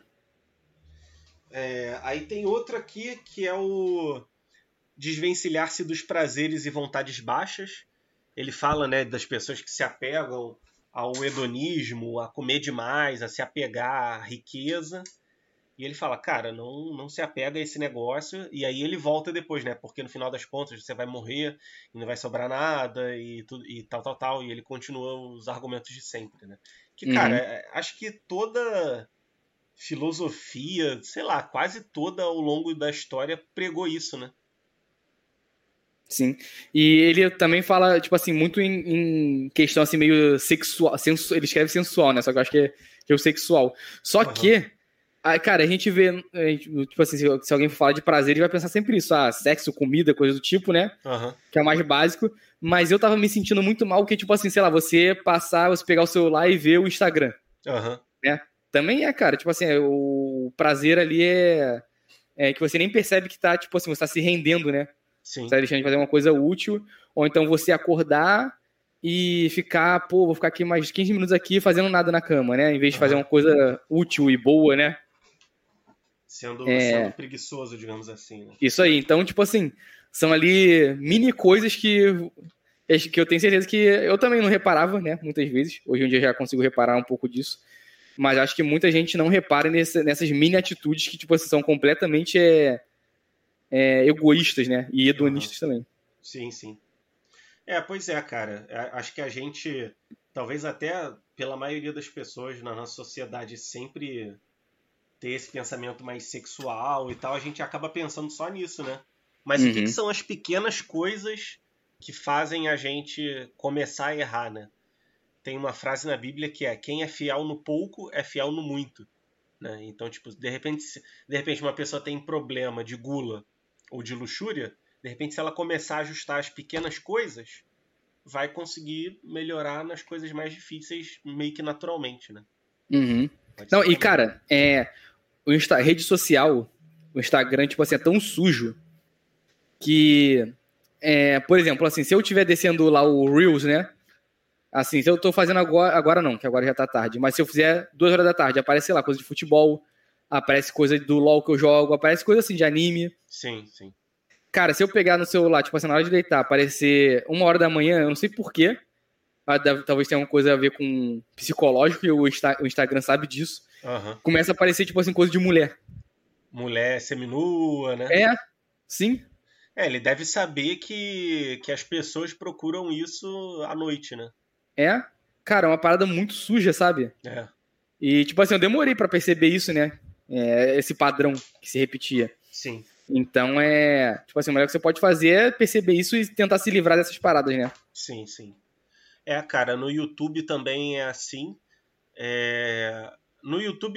A: É, aí tem outro aqui que é o desvencilhar-se dos prazeres e vontades baixas. Ele fala, né, das pessoas que se apegam ao hedonismo, a comer demais, a se apegar à riqueza. E ele fala, cara, não, não se apega a esse negócio. E aí ele volta depois, né? Porque no final das contas você vai morrer e não vai sobrar nada e, tudo, e tal, tal, tal. E ele continua os argumentos de sempre, né? Que, cara,
B: Uhum.
A: é- acho que toda filosofia, sei lá, quase toda ao longo da história pregou isso, né?
B: Sim. E ele também fala, tipo assim, muito em, em questão assim, meio sexual. Sensu, ele escreve sensual, né? Só que eu acho que é, que é o sexual. Só
A: Aham,
B: que, aí, cara, a gente vê, a gente, tipo assim, se, se alguém for falar de prazer, ele vai pensar sempre isso, ah, sexo, comida, coisa do tipo, né?
A: aham,
B: Que é o mais básico. Mas eu tava me sentindo muito mal, que, tipo assim, sei lá, você passar, você pegar o celular e ver o Instagram,
A: aham,
B: né? Também é, cara, tipo assim, é, o prazer ali é, é que você nem percebe que tá, tipo assim, você tá se rendendo, né? Você
A: sim,
B: tá deixando de fazer uma coisa útil, ou então você acordar e ficar, pô, vou ficar aqui mais quinze minutos aqui fazendo nada na cama, né? Em vez de fazer
A: aham.
B: uma coisa útil e boa, né?
A: Sendo, sendo
B: É,
A: preguiçoso, digamos assim, né?
B: isso aí. Então, tipo assim, são ali mini coisas que, que eu tenho certeza que eu também não reparava, né? Muitas vezes. Hoje em dia já consigo reparar um pouco disso. Mas acho que muita gente não repara nesse, nessas mini atitudes que, tipo assim, são completamente é, é, egoístas, né? E
A: Aham,
B: hedonistas também.
A: sim, sim. É, pois é, cara. É, acho que a gente, talvez até pela maioria das pessoas na nossa sociedade sempre ter esse pensamento mais sexual e tal, a gente acaba pensando só nisso, né? Mas o que que
B: Uhum.
A: são as pequenas coisas que fazem a gente começar a errar, né? Tem uma frase na Bíblia que é: quem é fiel no pouco é fiel no muito, né? Então, tipo, de repente, se- de repente uma pessoa tem problema de gula ou de luxúria, de repente se ela começar a ajustar as pequenas coisas, vai conseguir melhorar nas coisas mais difíceis meio que naturalmente, né?
B: Uhum.
A: Pode
B: Não,
A: ser
B: e
A: também.
B: cara, é, o Insta, rede social, o Instagram, tipo assim, é tão sujo que, é, por exemplo, assim, se eu estiver descendo lá o Reels, né? Assim, se eu tô fazendo agora, agora não, que agora já tá tarde, mas se eu fizer duas horas da tarde, aparece, sei lá, coisa de futebol, aparece coisa do LoL que eu jogo, aparece coisa assim de anime.
A: Sim, sim.
B: Cara, se eu pegar no celular, tipo assim, na hora de deitar, aparecer uma hora da manhã, eu não sei porquê, talvez tenha alguma coisa a ver com psicológico, e o, Insta, o Instagram sabe disso,
A: Aham.
B: começa a aparecer, tipo assim, coisa de mulher.
A: Mulher seminua, né?
B: É, sim,
A: É, ele deve saber que, que as pessoas procuram isso à noite, né?
B: é. Cara, é uma parada muito suja, sabe?
A: É,
B: E, tipo assim, eu demorei pra perceber isso, né? É, esse padrão que se repetia.
A: sim,
B: Então, é. Tipo assim, o melhor que você pode fazer é perceber isso e tentar se livrar dessas paradas, né?
A: sim, sim. É, cara, no YouTube também é assim. É, no YouTube,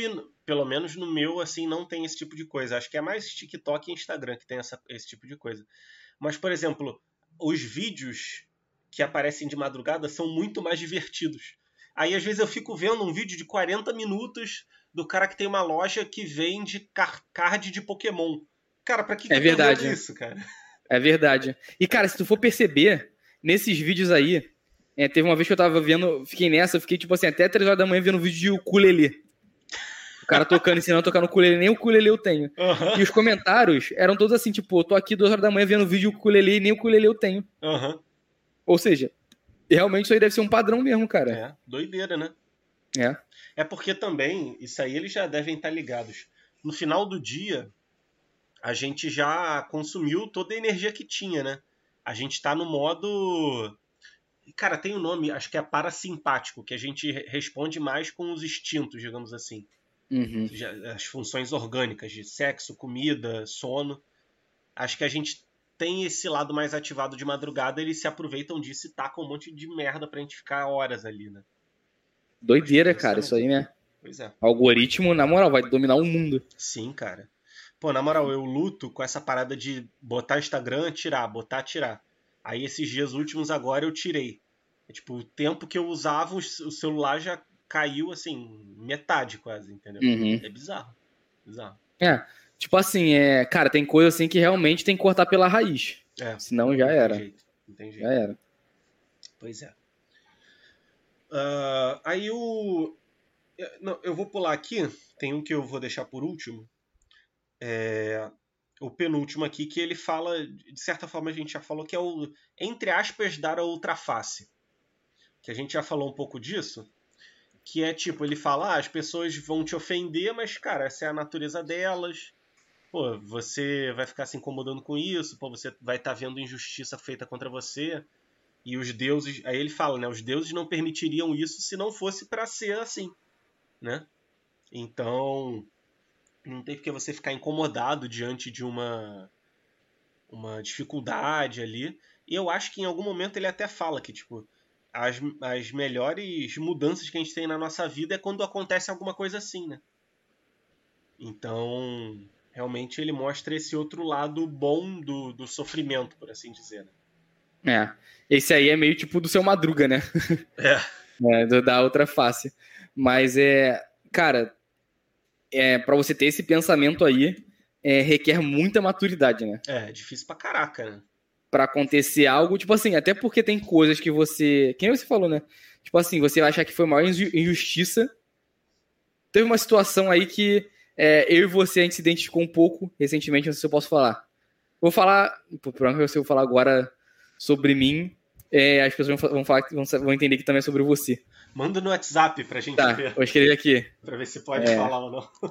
A: pelo menos no meu, assim, não tem esse tipo de coisa. Acho que é mais TikTok e Instagram que tem essa, esse tipo de coisa. Mas, por exemplo, os vídeos que aparecem de madrugada são muito mais divertidos. Aí, às vezes, eu fico vendo um vídeo de quarenta minutos do cara que tem uma loja que vende car- card de Pokémon. Cara, pra que, que
B: É
A: eu tô
B: verdade.
A: vendo isso, cara?
B: É verdade. E, cara, se tu for perceber, nesses vídeos aí, é, teve uma vez que eu tava vendo, fiquei nessa, eu fiquei, tipo assim, até três horas da manhã vendo um vídeo de ukulele. O cara tocando, ensinando a tocar no ukulele, nem o ukulele eu tenho.
A: Aham,
B: E os comentários eram todos assim, tipo, tô aqui duas horas da manhã vendo vídeo de ukulele e nem o ukulele eu tenho.
A: aham.
B: Ou seja, realmente isso aí deve ser um padrão mesmo, cara.
A: É, doideira, né?
B: É.
A: É porque também, isso aí eles já devem estar ligados. No final do dia, a gente já consumiu toda a energia que tinha, né? A gente tá no modo... Cara, tem um nome, acho que é parasimpático, que a gente re- responde mais com os instintos, digamos assim.
B: Uhum.
A: Já- As funções orgânicas de sexo, comida, sono. Acho que a gente tem esse lado mais ativado de madrugada, eles se aproveitam disso e tacam um monte de merda pra gente ficar horas ali, né? Acho que
B: Doideira,
A: é isso
B: cara,
A: também.
B: isso aí, né?
A: Pois é.
B: O algoritmo, na moral, vai dominar o mundo.
A: Sim, cara. Pô, na moral, eu luto com essa parada de botar Instagram, tirar, botar, tirar. Aí esses dias últimos agora eu tirei. É, tipo, o tempo que eu usava o c- o celular já caiu, assim, metade quase, entendeu?
B: Uhum.
A: É bizarro. Bizarro.
B: É, tipo assim, é, cara, tem coisa assim que realmente tem que cortar pela raiz.
A: É,
B: Senão já
A: não tem
B: era.
A: jeito. Não tem
B: Já
A: jeito.
B: era.
A: Pois é. Ah, aí o. eu- Não, eu vou pular aqui. Tem um que eu vou deixar por último. É, o penúltimo aqui, que ele fala, de certa forma a gente já falou, que é o, entre aspas, dar a outra face. Que a gente já falou um pouco disso. Que é tipo, ele fala, ah, as pessoas vão te ofender, mas, cara, essa é a natureza delas. Pô, você vai ficar se incomodando com isso, pô, você vai estar vendo injustiça feita contra você. E os deuses, aí ele fala, né, os deuses não permitiriam isso se não fosse pra ser assim, né? Então, não tem porque você ficar incomodado diante de uma uma dificuldade ali. E eu acho que em algum momento ele até fala que, tipo, as, as melhores mudanças que a gente tem na nossa vida é quando acontece alguma coisa assim, né? Então, realmente ele mostra esse outro lado bom do, do sofrimento, por assim dizer, né?
B: É. Esse aí é meio tipo do seu Madruga, né?
A: É.
B: É, do- da outra face. Mas é, cara, é, para você ter esse pensamento aí, é, requer muita maturidade, né?
A: É, difícil pra caraca, né?
B: Pra acontecer algo, tipo assim, até porque tem coisas que você. Quem você falou, né? Tipo assim, você vai achar que foi a maior inju- injustiça. Teve uma situação aí que é, eu e você a gente se identificou um pouco recentemente, não sei se eu posso falar. Vou falar. Por exemplo, se eu falar agora sobre mim, é, as pessoas vão, fa- vão, falar, que- vão, sa- vão entender que também é sobre você.
A: Manda no WhatsApp pra gente
B: Tá,
A: ver,
B: vou escrever aqui.
A: pra ver se pode
B: É.
A: falar ou não.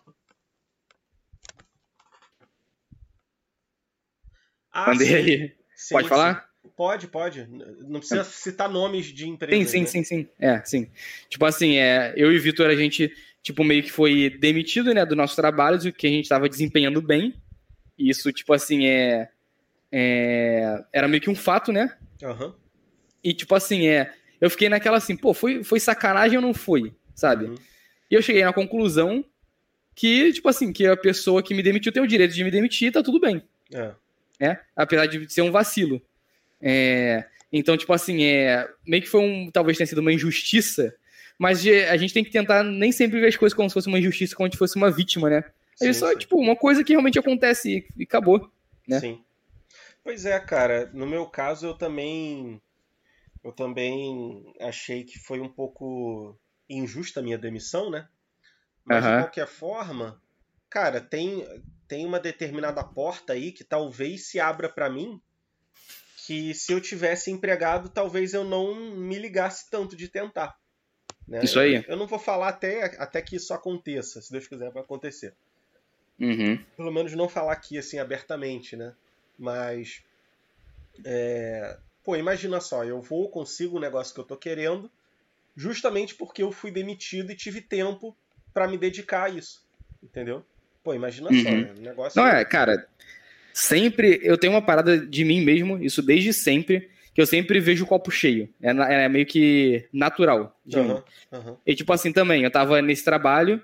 A: Ah,
B: Mandei
A: sim.
B: aí.
A: Sim,
B: Pode
A: sim.
B: falar?
A: Pode, pode. Não precisa citar nomes de
B: Sim,
A: empresas,
B: sim,
A: né?
B: sim, sim. É, sim. Tipo assim, é, eu e o Vitor, a gente, tipo, meio que foi demitido, né, do nosso trabalho, do que a gente tava desempenhando bem. E isso, tipo assim, é, é, era meio que um fato, né?
A: Aham.
B: E, tipo assim, é, eu fiquei naquela assim, pô, foi, foi sacanagem ou não foi, sabe?
A: Uhum.
B: E eu cheguei na conclusão que, tipo assim, que a pessoa que me demitiu tem o direito de me demitir, tá tudo bem,
A: É.
B: né? Apesar de ser um vacilo. É, então, tipo assim, é, meio que foi um, talvez tenha sido uma injustiça, mas de- a gente tem que tentar nem sempre ver as coisas como se fosse uma injustiça, como se fosse uma vítima, né? Às vezes
A: Sim,
B: só é
A: sim.
B: tipo uma coisa que realmente acontece e, e acabou, né?
A: Sim. Pois é, cara. No meu caso, eu também, eu também achei que foi um pouco injusta a minha demissão, né? Mas de
B: Aham.
A: qualquer forma, cara, tem tem uma determinada porta aí que talvez se abra pra mim, que se eu tivesse empregado, talvez eu não me ligasse tanto de tentar, né?
B: Isso aí.
A: Eu não vou falar até, até que isso aconteça, se Deus quiser vai acontecer.
B: Uhum.
A: Pelo menos não falar aqui assim abertamente, né? Mas, é, pô, imagina só, eu vou, consigo o negócio que eu tô querendo, justamente porque eu fui demitido e tive tempo pra me dedicar a isso, entendeu? Pô, imagina só,
B: Uhum.
A: é um negócio...
B: Não é, cara, sempre eu tenho uma parada de mim mesmo, isso desde sempre, que eu sempre vejo o copo cheio. É, na- é meio que natural de mim.
A: Aham, aham,
B: E tipo assim também, eu tava nesse trabalho,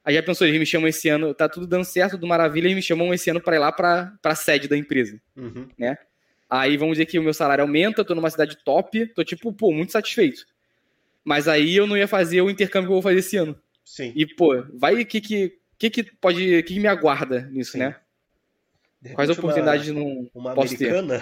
B: Aí já pensou, eles me chamam esse ano, tá tudo dando certo, tudo maravilha, eles me chamam esse ano pra ir lá pra, pra sede da empresa,
A: Uhum.
B: né? Aí vamos dizer que o meu salário aumenta, tô numa cidade top, tô tipo, pô, muito satisfeito. Mas aí eu não ia fazer o intercâmbio que eu vou fazer esse ano.
A: Sim.
B: E, pô, vai, o que que, que que pode, o que que me aguarda nisso,
A: Sim.
B: né?
A: De
B: Quais
A: repente,
B: oportunidades
A: uma,
B: não
A: uma
B: posso ter?
A: americana?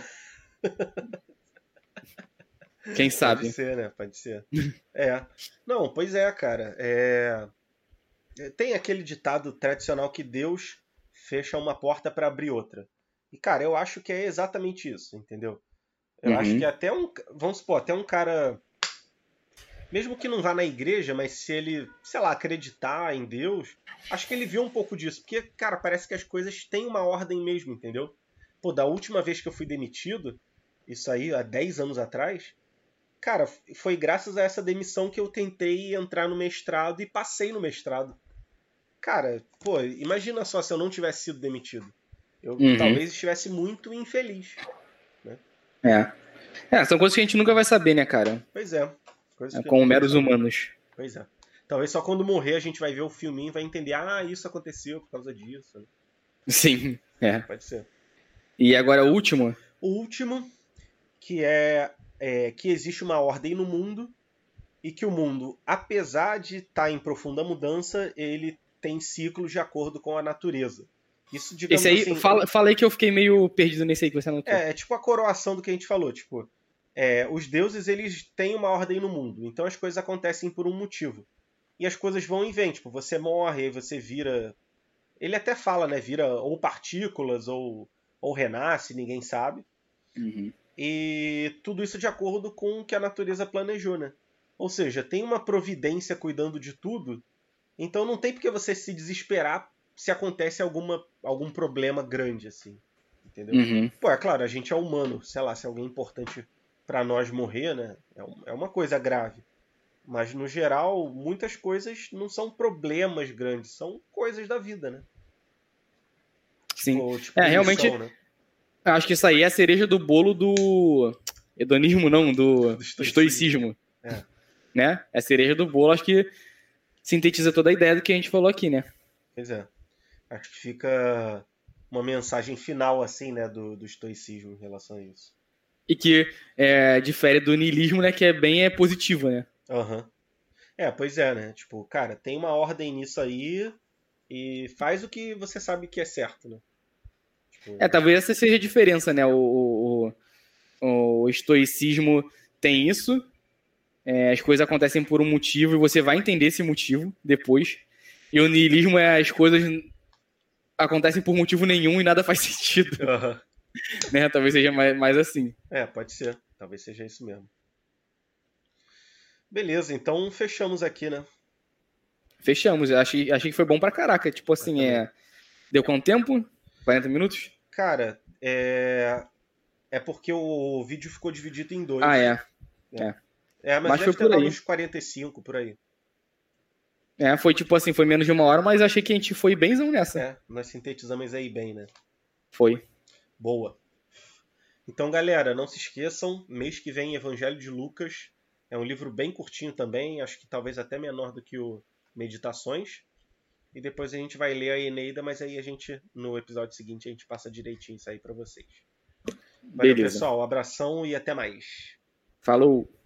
B: Quem sabe?
A: Pode ser, né? Pode ser. É. Não, pois é, cara. É... Tem aquele ditado tradicional que Deus fecha uma porta para abrir outra. E, cara, eu acho que é exatamente isso, entendeu? Eu
B: Uhum.
A: acho que até um... Vamos supor, até um cara... Mesmo que não vá na igreja, mas se ele, sei lá, acreditar em Deus, acho que ele viu um pouco disso. Porque, cara, parece que as coisas têm uma ordem mesmo, entendeu? Pô, da última vez que eu fui demitido, isso aí há dez anos atrás, cara, foi graças a essa demissão que eu tentei entrar no mestrado e passei no mestrado. Cara, pô, imagina só se eu não tivesse sido demitido. Eu
B: Uhum.
A: talvez estivesse muito infeliz. Né?
B: É. É, são coisas que a gente nunca vai saber, né, cara?
A: Pois é. Coisas
B: É,
A: que
B: como
A: nunca
B: meros
A: vamos saber.
B: humanos.
A: Pois é. Talvez só quando morrer a gente vai ver o filminho e vai entender, ah, isso aconteceu por causa disso. Né?
B: Sim, é.
A: Pode ser.
B: E agora o último?
A: O último, que é, é que existe uma ordem no mundo e que o mundo, apesar de estar em profunda mudança, ele tem ciclos de acordo com a natureza. Isso, digamos
B: Esse aí,
A: assim...
B: fala, falei que eu fiquei meio perdido nesse aí que você anotou.
A: É, é tipo a coroação do que a gente falou. Tipo, é, os deuses, eles têm uma ordem no mundo. Então as coisas acontecem por um motivo. E as coisas vão e vêm. Tipo, você morre, aí você vira... Ele até fala, né? Vira ou partículas ou, ou renasce, ninguém sabe.
B: Uhum.
A: E tudo isso de acordo com o que a natureza planejou, né? Ou seja, tem uma providência cuidando de tudo, então não tem porque você se desesperar se acontece alguma, algum problema grande, assim. Entendeu?
B: Uhum.
A: Pô, é claro, a gente é humano, sei lá, se alguém importante pra nós morrer, né? É, um, é uma coisa grave. Mas, no geral, muitas coisas não são problemas grandes, são coisas da vida, né?
B: Sim.
A: Tipo, tipo
B: É, realmente,
A: punição, né?
B: acho que isso aí é a cereja do bolo do hedonismo, não, do,
A: Do
B: do estoicismo.
A: É.
B: Né? É a cereja do bolo, acho que sintetiza toda a ideia do que a gente falou aqui, né?
A: Pois é. Acho que fica uma mensagem final, assim, né, do, do estoicismo em relação a isso.
B: E que é, difere do niilismo, né? Que é bem é, positivo, né?
A: Aham. Uhum. É, pois é, né? Tipo, cara, tem uma ordem nisso aí e faz o que você sabe que é certo, né? Tipo...
B: É, talvez essa seja a diferença, né? O, o, o estoicismo tem isso, é, as coisas acontecem por um motivo e você vai entender esse motivo depois. E o niilismo é as coisas acontecem por motivo nenhum e nada faz sentido.
A: Uhum.
B: Né? Talvez seja mais, mais assim.
A: É, pode ser. Talvez seja isso mesmo. Beleza, então fechamos aqui, né?
B: Fechamos. Achei, achei que foi bom pra caraca. Tipo assim, é... Deu quanto tempo? quarenta minutos?
A: Cara, é... É porque o vídeo ficou dividido em dois.
B: Ah, é.
A: É,
B: é.
A: é mas,
B: mas
A: deve
B: foi
A: ter
B: por
A: dado
B: aí.
A: uns quarenta e cinco, por aí.
B: É, foi tipo assim, foi menos de uma hora, mas achei que a gente foi benzão nessa.
A: É, nós sintetizamos aí bem, né?
B: Foi.
A: Boa. Então, galera, não se esqueçam, mês que vem Evangelho de Lucas. É um livro bem curtinho também, acho que talvez até menor do que o Meditações. E depois a gente vai ler a Eneida, mas aí a gente, no episódio seguinte, a gente passa direitinho isso aí pra vocês. Valeu,
B: Beleza.
A: pessoal. Abração e até mais.
B: Falou.